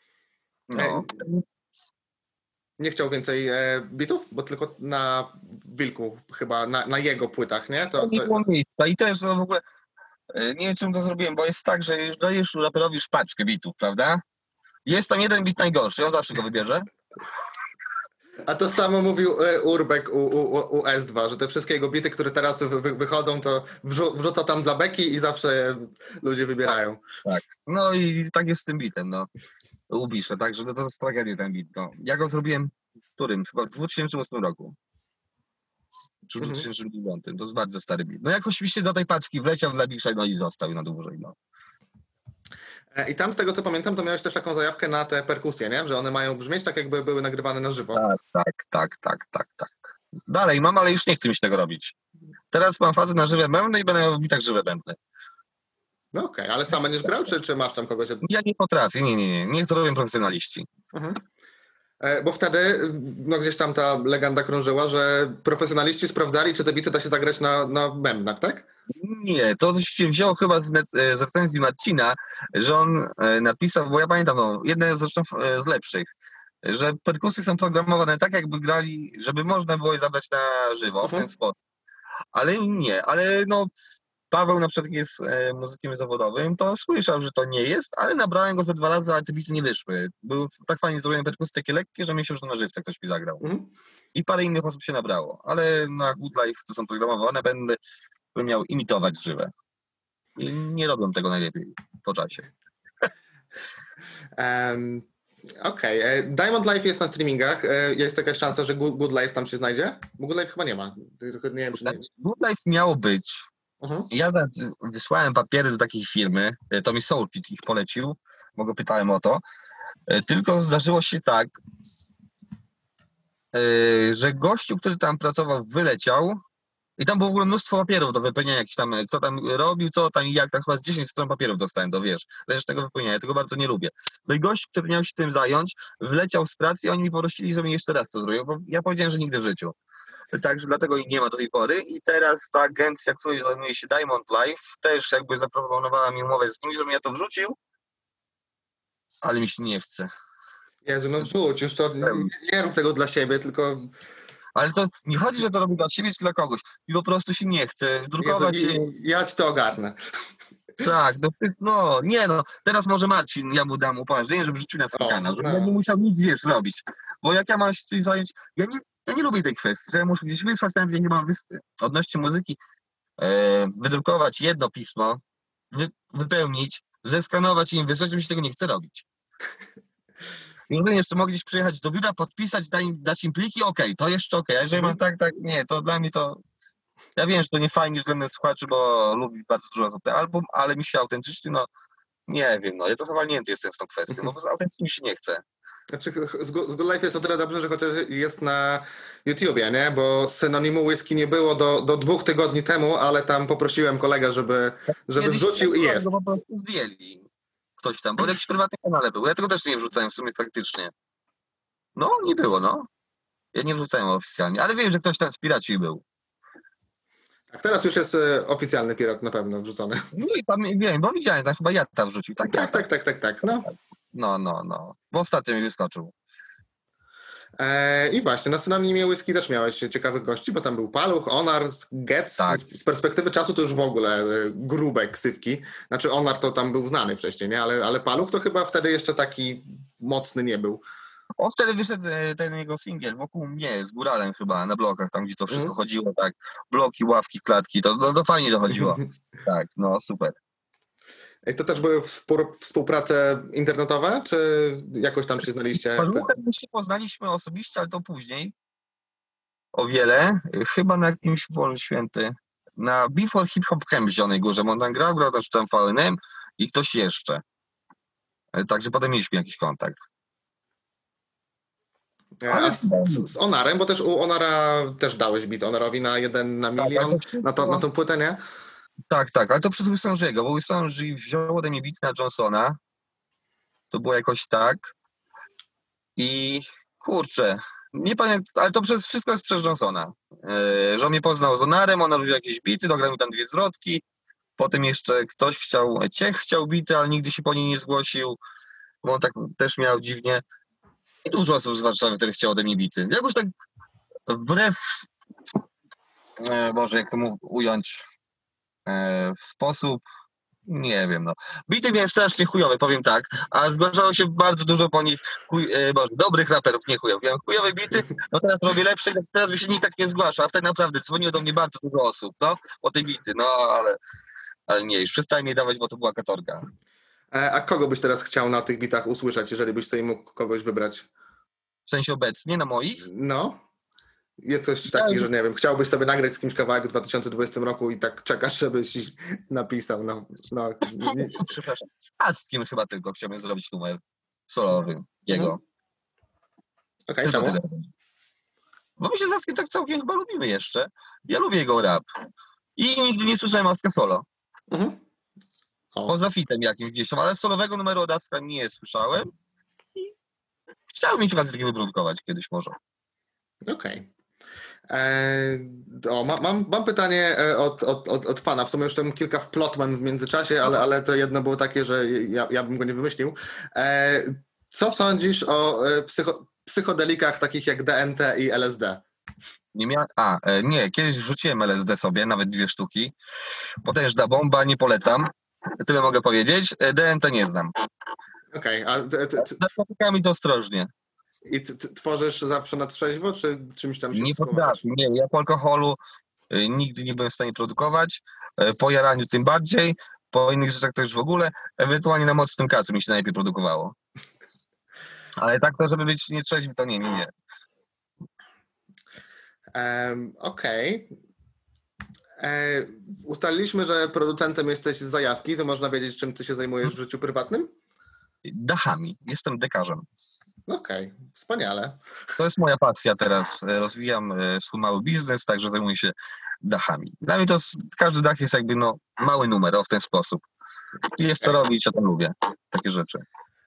No. Nie chciał więcej bitów, bo tylko Wilku chyba na jego płytach, nie? To nie było miejsca i też no, w ogóle nie wiem, czym to zrobiłem, bo jest tak, że już dajesz raperowi szpaczkę bitów, prawda? Jest tam jeden bit najgorszy, on zawsze go wybierze. A to samo mówił Urbek u S2, że te wszystkie jego bity, które teraz wychodzą, to wrzuca tam dla beki i zawsze ludzie wybierają. Tak. No i tak jest z tym bitem, no. Ubiszę, także no to jest tragedia ten bit. No. Ja go zrobiłem w którym? Chyba w 2008 roku. Czy w 2009. To jest bardzo stary bit. No jak oczywiście do tej paczki wleciał dla Bisza, no i został na dłużej, no. I tam z tego co pamiętam, to miałeś też taką zajawkę na te perkusje, nie? Że one mają brzmieć tak, jakby były nagrywane na żywo. Tak. Dalej mam, ale już nie chcę mi się tego robić. Teraz mam fazę na żywe bębny i będę miał w bitach żywe bębny. No okej, ale sam będziesz grał, czy masz tam kogoś? Ja nie potrafię, nie. Niech to robią profesjonaliści. Mhm. Bo wtedy no gdzieś tam ta legenda krążyła, że profesjonaliści sprawdzali, czy te bity da się zagrać na bębnach, tak? Nie, to się wzięło chyba z recenzji Marcina, że on napisał, bo ja pamiętam, no, jedne zresztą z lepszych, że perkusje są programowane tak, jakby grali, żeby można było je zabrać na żywo w ten sposób. Ale nie, ale no Paweł na przykład jest muzykiem zawodowym, to słyszał, że to nie jest, ale nabrałem go ze 2 razy, ale te bity nie wyszły. Były tak fajnie zrobione perkusje takie lekkie, że myślę, że to na żywce ktoś mi zagrał. I parę innych osób się nabrało, ale na Good Life to są programowane będę miał imitować żywe. I nie robią tego najlepiej po czasie. Okej. Diamond Life jest na streamingach. Jest jakaś szansa, że Good Life tam się znajdzie? Bo Good Life chyba nie ma. Tylko nie wiem, czy nie... Good Life miało być. Ja wysłałem papiery do takiej firmy, to mi Soulpit ich polecił, bo go pytałem o to. Tylko zdarzyło się tak, że gościu, który tam pracował, wyleciał i tam było w ogóle mnóstwo papierów do wypełnienia, jakiś tam, kto tam robił, co tam i jak, tam chyba z 10 stron papierów dostałem, to wiesz, też tego wypełniania, ja tego bardzo nie lubię. No i gość, który miał się tym zająć, wleciał z pracy i oni mi poprosili, żebym jeszcze raz to zrobił, bo ja powiedziałem, że nigdy w życiu. Także dlatego ich nie ma do tej pory i teraz ta agencja, która zajmuje się Diamond Life, też jakby zaproponowała mi umowę z nimi, żebym ja to wrzucił, ale mi się nie chce. Jezu, no wrzuć, już to nie rób tego dla siebie, tylko... Ale to nie chodzi, że to robi dla siebie czy dla kogoś. I po prostu się nie chce drukować. Jezu, ja ci to ogarnę. Tak, nie no, teraz może Marcin, ja mu dam upoważnienie, żeby rzucił na swój kanał, żeby nie musiał nic, wiesz, robić. Bo jak ja mam się tym zająć, ja nie lubię tej kwestii, że ja muszę gdzieś wysłać, nawet jak nie mam odnośnie muzyki, wydrukować jedno pismo, wypełnić, zeskanować i im wysłać, mi się tego nie chce robić. Jeżeli jeszcze mogę gdzieś przyjechać do biura, podpisać, dać im pliki, okej, to jeszcze okej. A jeżeli mam tak, nie, to dla mnie to... Ja wiem, że to nie fajnie względem słuchaczy, bo lubi bardzo dużo osób ten album, ale mi się autentycznie, no nie wiem, no ja trochę walnięty jestem z tą kwestią, no bo autentycznie mi się nie chce. Znaczy, z Good Life jest o tyle dobrze, że chociaż jest na YouTubie, nie? Bo synonimu whisky nie było do 2 tygodni temu, ale tam poprosiłem kolegę, żeby wrzucił i jest. Go po prostu zdjęli ktoś tam, bo w jakimś prywatnym kanale był. Ja tego też nie wrzucałem w sumie faktycznie. No, nie było, no. Ja nie wrzucałem oficjalnie, ale wiem, że ktoś tam z Piraci był. Tak, teraz już jest oficjalny pirat na pewno wrzucony. No i tam wiem, bo widziałem, tam chyba Jata wrzucił. Tak. No. Bo ostatnio mi wyskoczył. I właśnie, na synonimie whisky też miałeś ciekawych gości, bo tam był Paluch, Onar, Getz. Tak. Z perspektywy czasu to już w ogóle grube ksywki. Znaczy Onar to tam był znany wcześniej, nie? Ale Paluch to chyba wtedy jeszcze taki mocny nie był. On wtedy wyszedł ten jego singiel wokół mnie, z góralem chyba, na blokach, tam gdzie to wszystko chodziło, tak. Bloki, ławki, klatki, to fajnie dochodziło. Tak, no super. I to też były współprace internetowe, czy jakoś tam się znaliście? My się poznaliśmy osobiście, ale to później. O wiele. Chyba na jakimś Boże Święty. Na Before Hip Hop Camp w Zielonej Górze. On tam grał też tam VNM i ktoś jeszcze. Także potem mieliśmy jakiś kontakt. A z Onarem, bo też u Onara też dałeś bit Onarowi na 1 na milion, na tą płytę, nie? Tak, ale to przez Łysanży'ego, bo Łysanży wziął ode mnie bit na Johnsona. To było jakoś tak. I kurczę, nie pamiętam, ale to wszystko jest przez Johnsona. Że on mnie poznał z Onarem, on robił jakieś bity, dograł mi tam 2 zwrotki. Potem jeszcze ktoś chciał bity, ale nigdy się po niej nie zgłosił, bo on tak też miał dziwnie. I dużo osób z Warszawy, które chciało ode mnie bity. Jakoś tak wbrew Boże, jak to ująć w sposób, nie wiem, no. Bity miałem strasznie chujowe, powiem tak, a zgłaszało się bardzo dużo po nich Boże, dobrych raperów, nie chujowych. Miałem chujowe bity, no teraz robię lepsze, teraz by się nikt tak nie zgłaszał, a tak naprawdę dzwoniło do mnie bardzo dużo osób, no, po tej bity, no, ale nie, już przestałem jej dawać, bo to była katorga. A kogo byś teraz chciał na tych bitach usłyszeć, jeżeli byś sobie mógł kogoś wybrać? W sensie obecnie, na moich? No, jest coś takiego, że nie wiem, chciałbyś sobie nagrać z kimś kawałek w 2020 roku i tak czekasz, żebyś napisał. Przepraszam, z Ackiem chyba tylko chciałbym zrobić numer solowy jego. Okej, Tylko czemu? tyle. Bo my się z Ackiem tak całkiem chyba lubimy jeszcze. Ja lubię jego rap. I nigdy nie słyszałem Acka solo. Mhm. Poza fitem jakimś gdzieś tam, ale solowego numeru od Acka nie słyszałem. I chciałbym mieć okazję takiego wyprodukować kiedyś może. Okej. Mam pytanie od fana. W sumie już tam kilka wplotłem w międzyczasie, ale to jedno było takie, że ja bym go nie wymyślił. Co sądzisz o psychodelikach takich jak DMT i LSD? Nie, kiedyś wrzuciłem LSD sobie, nawet 2 sztuki. Potężna bomba, nie polecam. Tyle mogę powiedzieć. DMT nie znam. Okej, Z narkotykami to ostrożnie. i tworzysz zawsze na trzeźwo, czy czymś tam się Nie wspomagasz? potrafię, nie. Ja po alkoholu nigdy nie byłem w stanie produkować. Po jaraniu tym bardziej. Po innych rzeczach to już w ogóle. Ewentualnie na mocnym kacu mi się najlepiej produkowało. Ale tak to, żeby być nietrzeźwy, to nie. Okej. Ustaliliśmy, że producentem jesteś z zajawki, to można wiedzieć, czym ty się zajmujesz w życiu prywatnym? Dachami. Jestem dekarzem. Okej, wspaniale. To jest moja pasja teraz. Rozwijam swój mały biznes, także zajmuję się dachami. Dla mnie to każdy dach jest jakby mały numer, w ten sposób. Jest co robić, ja to lubię. Takie rzeczy.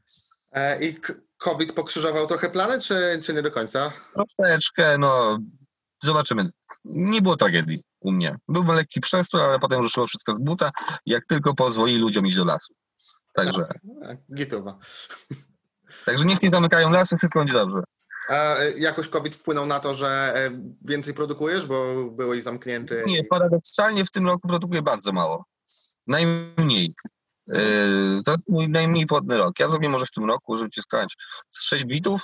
I COVID pokrzyżował trochę plany, czy nie do końca? Troszeczkę, zobaczymy. Nie było tragedii u mnie. Był lekki przestój, ale potem ruszyło wszystko z buta, jak tylko pozwoli ludziom iść do lasu. Także Gitowa. niech nie zamykają lasu, wszystko będzie dobrze. A jakoś COVID wpłynął na to, że więcej produkujesz, bo byłeś zamknięty? Nie, paradoksalnie w tym roku produkuję bardzo mało. Najmniej. To mój najmniej płodny rok. Ja zrobię może w tym roku, żeby ci skończyć, z 6 bitów,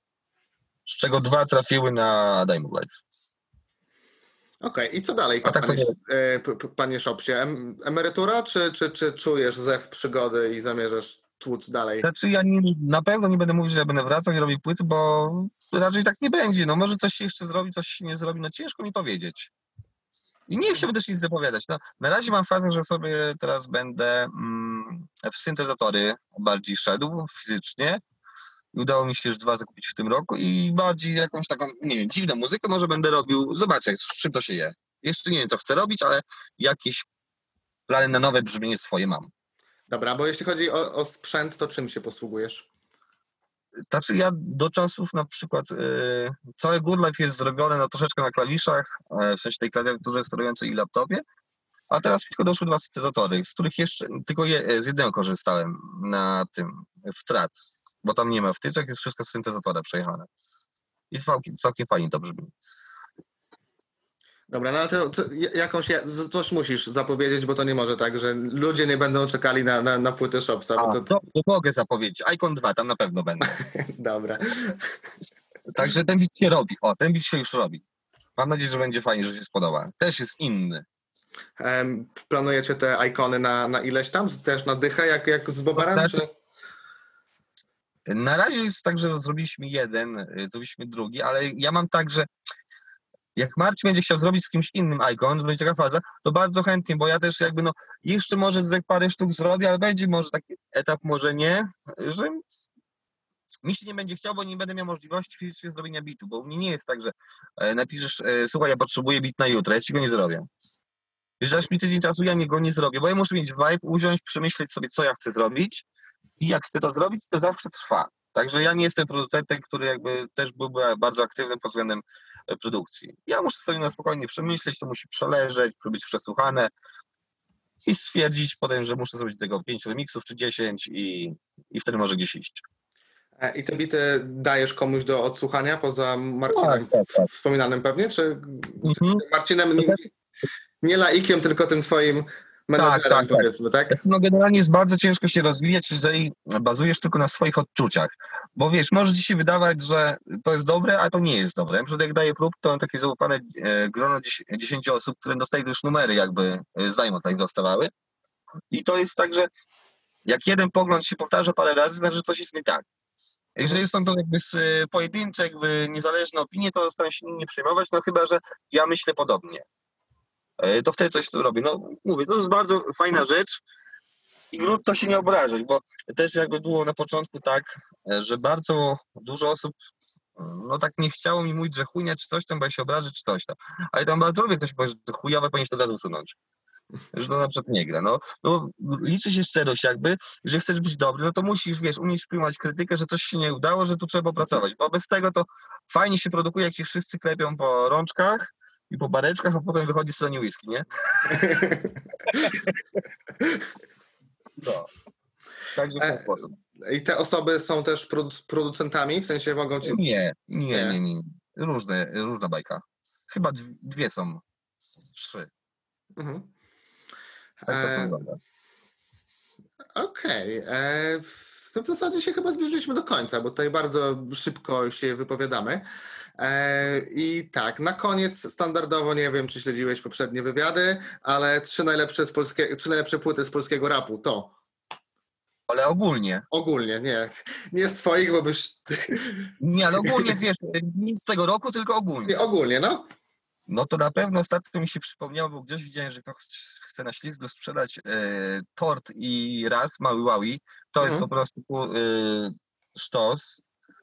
z czego 2 trafiły na Diamond Life. Okej, i co dalej, A tak panie Shopsie? Emerytura, czy czujesz zew przygody i zamierzasz tłuc dalej? Znaczy ja na pewno nie będę mówił, że ja będę wracał i robił płyty, bo raczej tak nie będzie. Może coś się jeszcze zrobi, coś się nie zrobi, ciężko mi powiedzieć. I nie chciałbym też nic zapowiadać. Na razie mam fazę, że sobie teraz będę w syntezatory bardziej szedł fizycznie. Udało mi się już 2 zakupić w tym roku i bardziej jakąś taką, nie wiem, dziwną muzykę może będę robił. Zobaczę, z czym to się je. Jeszcze nie wiem, co chcę robić, ale jakieś plany na nowe brzmienie swoje mam. Dobra, bo jeśli chodzi o sprzęt, to czym się posługujesz? Znaczy ja do czasów na przykład całe Good Life jest zrobione troszeczkę na klawiszach, w sensie tej klawiaturze sterującej i laptopie, a teraz tylko doszły 2 syntezatory, z których jeszcze tylko z jednego korzystałem na tym, w Trat, bo tam nie ma wtyczek, jest wszystko z syntezatora przejechane. I całkiem fajnie to brzmi. Dobra, no to coś musisz zapowiedzieć, bo to nie może tak, że ludzie nie będą czekali na płytę Shopsa. To mogę zapowiedzieć. Icon 2, tam na pewno będę. Dobra. Także ten bit się robi. Ten bit się już robi. Mam nadzieję, że będzie fajnie, że się spodoba. Też jest inny. Planujecie te ikony na ileś tam? Też na dychę, jak z Boberem? Czy... Na razie jest tak, że zrobiliśmy jeden, zrobiliśmy drugi, ale ja mam tak, że jak Marcin będzie chciał zrobić z kimś innym Icon, że będzie taka faza, to bardzo chętnie, bo ja też jakby jeszcze może parę sztuk zrobię, ale będzie może taki etap, może nie, że mi się nie będzie chciał, bo nie będę miał możliwości fizycznie zrobienia bitu, bo u mnie nie jest tak, że napiszesz, słuchaj, ja potrzebuję bit na jutro, ja ci go nie zrobię. Jeżeli dasz mi tydzień czasu, ja go nie zrobię, bo ja muszę mieć vibe, usiąść, przemyśleć sobie, co ja chcę zrobić i jak chcę to zrobić, to zawsze trwa. Także ja nie jestem producentem, który jakby też byłby bardzo aktywny pod względem produkcji. Ja muszę sobie na spokojnie przemyśleć, to musi przeleżeć, być przesłuchane i stwierdzić potem, że muszę zrobić tego 5 remixów czy 10 i wtedy może gdzieś iść. I te bity dajesz komuś do odsłuchania poza Marcinem wspominanym pewnie, czy Marcinem, nie laikiem, tylko tym twoim menedżerem, tak. powiedzmy, tak? No generalnie jest bardzo ciężko się rozwijać, jeżeli bazujesz tylko na swoich odczuciach. Bo wiesz, może ci się wydawać, że to jest dobre, a to nie jest dobre. Na przykład jak daję prób, to mam takie zaufane grono 10 osób, które dostają już numery jakby z Diamond Life dostawały. I to jest tak, że jak jeden pogląd się powtarza parę razy, znaczy, że coś jest nie tak. Jeżeli są to jakby pojedyncze, jakby niezależne opinie, to staram się nimi nie przejmować, no chyba, że ja myślę podobnie. To wtedy coś tu robię. No mówię, to jest bardzo fajna rzecz i grunt to się nie obrażać, bo też jakby było na początku tak, że bardzo dużo osób no tak nie chciało mi mówić, że chujnia czy coś tam, bo ja się obrażę czy coś tam. Ale tam bardzo lubię ktoś powie, że chujowe powinien to od razu usunąć. Że to na przykład nie gra. No liczy się szczerość jakby, że chcesz być dobry, no to musisz, wiesz, umieć przyjmować krytykę, że coś się nie udało, że tu trzeba opracować, bo bez tego to fajnie się produkuje, jak ci wszyscy klepią po rączkach i po bareczkach, a potem wychodzi stronie whisky, nie? No. Także w ten sposób. I te osoby są też producentami, w sensie mogą ci... Nie. Różna bajka. Chyba dwie są. 3. Mhm. Tak to wygląda. Okej. To w zasadzie się chyba zbliżyliśmy do końca, bo tutaj bardzo szybko się wypowiadamy. I tak, na koniec standardowo, nie wiem, czy śledziłeś poprzednie wywiady, ale 3 najlepsze płyty z polskiego rapu to... Ale ogólnie. Ogólnie, nie z twoich, bo byś... Nie, ale ogólnie, wiesz, nie z tego roku, tylko ogólnie. Nie, ogólnie, no. No to na pewno ostatnio mi się przypomniało, bo gdzieś widziałem, że ktoś chce na ślizgu sprzedać tort i raz, mały Wowie. To jest po prostu sztos.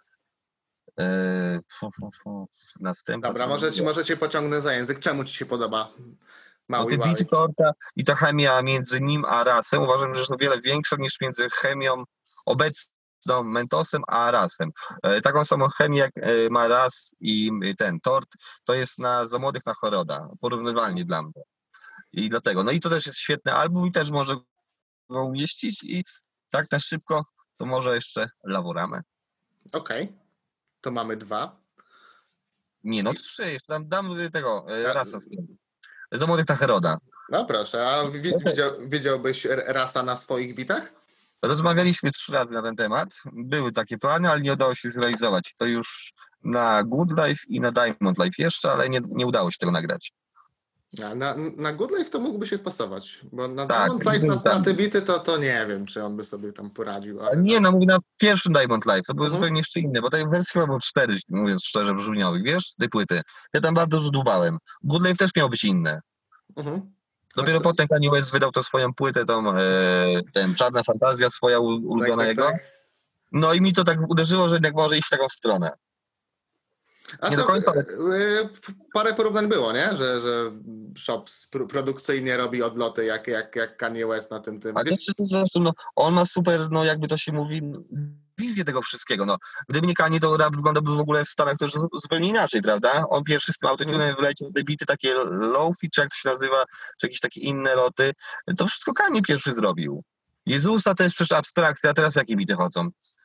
Następny. Dobra, może cię pociągnę za język. Czemu ci się podoba mały te Wowie? bity torta i ta chemia między nim a rasem uważam, że jest o wiele większa niż między chemią obecną Mentosem a rasem. Taką samą chemię jak ma ras i ten tort, to jest za młodych na Choroda, porównywalnie dla mnie. I dlatego. No i to też jest świetny album i też może go umieścić i tak na szybko to może jeszcze Laworamę. Okej. To mamy 2. Nie, no 3, jeszcze dam tego rasa. Za młodych na Heroda. No proszę, a widziałbyś rasa na swoich bitach? Rozmawialiśmy 3 razy na ten temat. Były takie plany, ale nie udało się zrealizować. To już na Good Life i na Diamond Life jeszcze, ale nie udało się tego nagrać. Na Good Life to mógłby się wpasować, bo na Tak, Diamond Life na te bity to nie wiem, czy on by sobie tam poradził. Ale... Nie, mówię na pierwszym Diamond Life, to były zupełnie jeszcze inne, bo tej wersji chyba było 4, mówiąc szczerze, brzmieniowych, wiesz, tej płyty. Ja tam bardzo dużo dłubałem. Good Life też miało być inne. Dopiero potem Kanye West wydał to swoją płytę, tą Czarna Fantazja swoja ulubiona jego. Tak. No i mi to tak uderzyło, że jednak może iść w taką stronę. A nie to do końca. Parę porównań było, nie? Że Shops produkcyjnie robi odloty jak Kanye West na tym. Ale zresztą, on ma super, jakby to się mówi, wizję tego wszystkiego. No. Gdyby nie Kanye, to rap wyglądałby w ogóle w Stanach to już zupełnie inaczej, prawda? On pierwszy z tym autotunem wyleciał te bity takie low-fi, czy jak to się nazywa, czy jakieś takie inne loty. To wszystko Kanye pierwszy zrobił. Jezusa to jest przecież abstrakcja, a teraz jakie bity chodzą?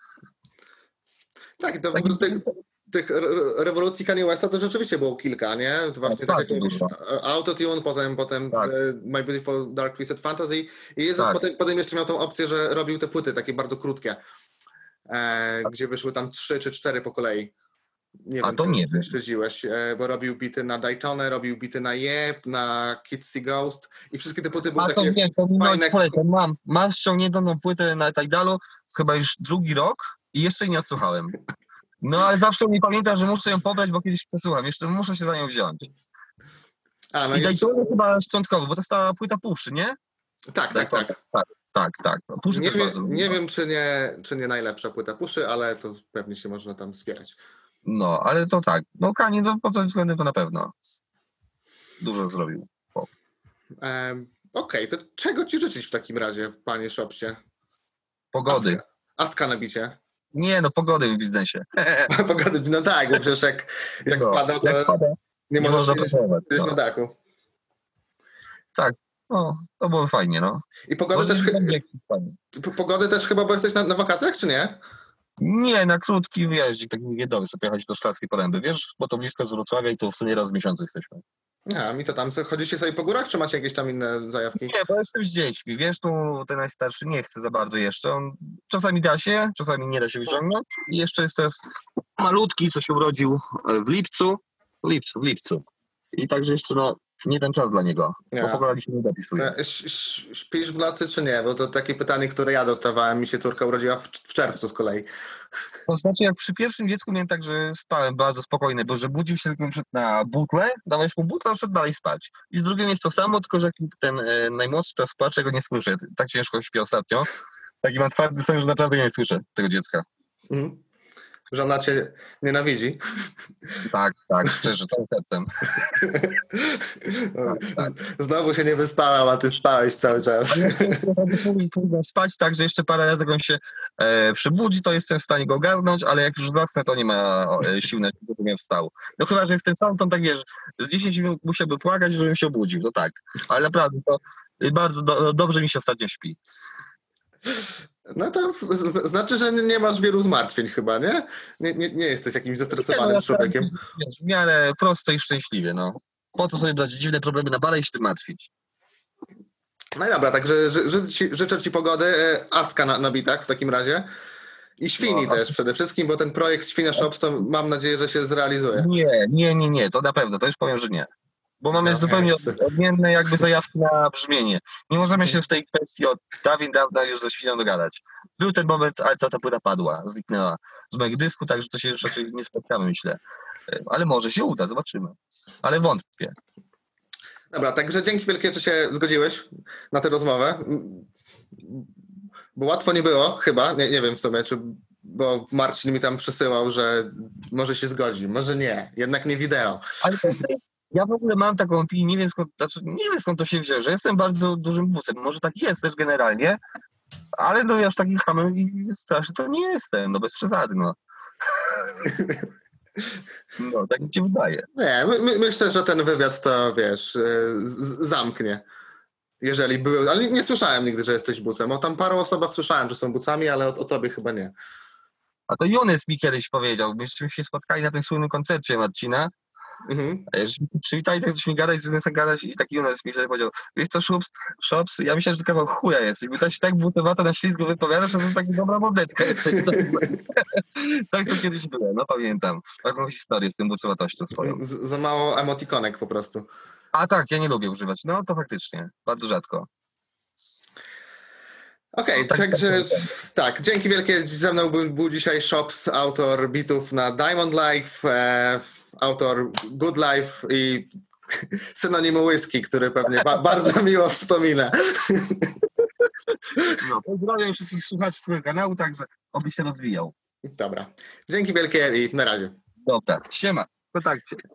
Tak, to tych rewolucji Kanye Westa to rzeczywiście było kilka, nie? To właśnie tak jak mówisz, Autotune, potem tak. My Beautiful Dark Twisted Fantasy i Jezus potem jeszcze miał tą opcję, że robił te płyty takie bardzo krótkie, gdzie wyszły tam 3 czy 4 po kolei. Nie wiem, to nie wiem. Śledziłeś, bo robił bity na Daytonę, robił bity na Jeb, na Kitsy Ghost i wszystkie te płyty były takie fajne. Mam ściągniętą tą płytę na Tidalu chyba już 2. rok i jeszcze jej nie odsłuchałem. No ale zawsze mi pamięta, że muszę ją pobrać, bo kiedyś przesłucham. Jeszcze muszę się za nią wziąć. I Daytona chyba szczątkowy, bo to jest ta płyta Puszy, nie? Tak. Puszy nie wiem, czy nie najlepsza płyta Puszy, ale to pewnie się można tam wspierać. No, ale to tak. No Kanye pod tym względem to na pewno dużo zrobił. Okej, to czego ci życzyć w takim razie, panie Shopsie? Pogody. Astka na bicie. Nie, pogody w biznesie. Pogody, no tak, bo przecież jak pada, to nie można pracować na dachu. Tak, to było fajnie, I pogody też chyba, bo jesteś na wakacjach, czy nie? Nie, na krótki wyjaździk, tak niedowy sobie jechać do Szklarskiej Poręby, wiesz, bo to blisko z Wrocławia i to w sumie raz w miesiącu jesteśmy. A, i co tam, chodzicie sobie po górach, czy macie jakieś tam inne zajawki? Nie, bo jestem z dziećmi, wiesz, tu ten najstarszy nie chce za bardzo jeszcze. On czasami da się, czasami nie da się wyciągnąć. I jeszcze jest teraz malutki, co się urodził w lipcu. W lipcu. I także jeszcze nie ten czas dla niego. Nie. Bo pogoda się nie dopisuje. Śpisz w nocy, czy nie? Bo to takie pytanie, które ja dostawałem. Mi się córka urodziła w czerwcu z kolei. To znaczy, jak przy pierwszym dziecku miałem tak, że spałem bardzo spokojnie, bo że budził się tylko na butlę, dawałeś mu butlę, a szedł dalej spać. I z drugim jest to samo, tylko że ten najmłodszy teraz płacze, go nie słyszę. Tak ciężko śpię ostatnio. Taki mam twardy sen, że naprawdę nie słyszę tego dziecka. Mhm. Żona cię nienawidzi. Tak, szczerze, całym sercem. Tak. Znowu się nie wyspałem, a ty spałeś cały czas. Pójdę spać, tak, że jeszcze parę razy jak on się przebudzi, to jestem w stanie go ogarnąć, ale jak już zasnę, to nie ma sił na to, żebym wstał. No chyba, że jestem sam, to tak wiesz, z 10 minut musiałby płakać, żebym się obudził, to tak. Ale naprawdę, to bardzo dobrze mi się ostatnio śpi. No to znaczy, że nie masz wielu zmartwień chyba, nie? Nie jesteś jakimś zestresowanym człowiekiem. W miarę prosto i szczęśliwie, no. Po co sobie brać dziwne problemy na bale i się tym martwić? No i dobra, także życzę ci pogody, Astka na bitach w takim razie. I świni też przede wszystkim, bo ten projekt Świnia Shops to mam nadzieję, że się zrealizuje. Nie, to na pewno, to już powiem, że nie. Bo mamy No, zupełnie jest. odmienne jakby zajawki na brzmienie. Nie możemy się w tej kwestii od dawna już ze Świnią dogadać. Był ten moment, ale ta płyta padła, zniknęła z mojego dysku, także to się już raczej nie spotkamy, myślę. Ale może się uda, zobaczymy. Ale wątpię. Dobra, także dzięki wielkie, że się zgodziłeś na tę rozmowę. Bo łatwo nie było, chyba, nie wiem w sumie, bo Marcin mi tam przysyłał, że może się zgodzi, może nie, jednak nie wideo. Ale ja w ogóle mam taką opinię, nie wiem skąd to się wzięło, że jestem bardzo dużym busem. Może tak jest też generalnie, ale no aż taki hamem i straszny to nie jestem, no bez przesady, no. No, tak mi się wydaje. Nie, myślę, że ten wywiad to, wiesz, zamknie. Jeżeli były, ale nie słyszałem nigdy, że jesteś bucem. O tam paru osobach słyszałem, że są bucami, ale o tobie chyba nie. A to Junes mi kiedyś powiedział, myśmy się spotkali na tym słynnym koncercie Marcina. Mhm. A jeżeli się przywitali, tak zaczęliśmy gadać, z Junesem gadać i taki Junes mi sobie powiedział, wiesz co, Shops, ja myślałem, że to kawał chuja jest. I ty się tak butowato na ślizgu wypowiadasz, że to taka dobra mordeczka jesteś. Tak to kiedyś było, no pamiętam. Taką historię z tym bucowatością swoją. Za mało emotikonek po prostu. A tak, ja nie lubię używać. No to faktycznie, bardzo rzadko. Okej, No, tak, także tak, dzięki wielkie. Ze mną był dzisiaj Shops, autor bitów na Diamond Life, autor Good Life i synonimu whisky, który pewnie bardzo miło wspomina. No, pozdrawiam wszystkich słuchaczy twojego kanału, także oby się rozwijał. Dobra, dzięki wielkie i na razie. Dobra, siema, w kontakcie.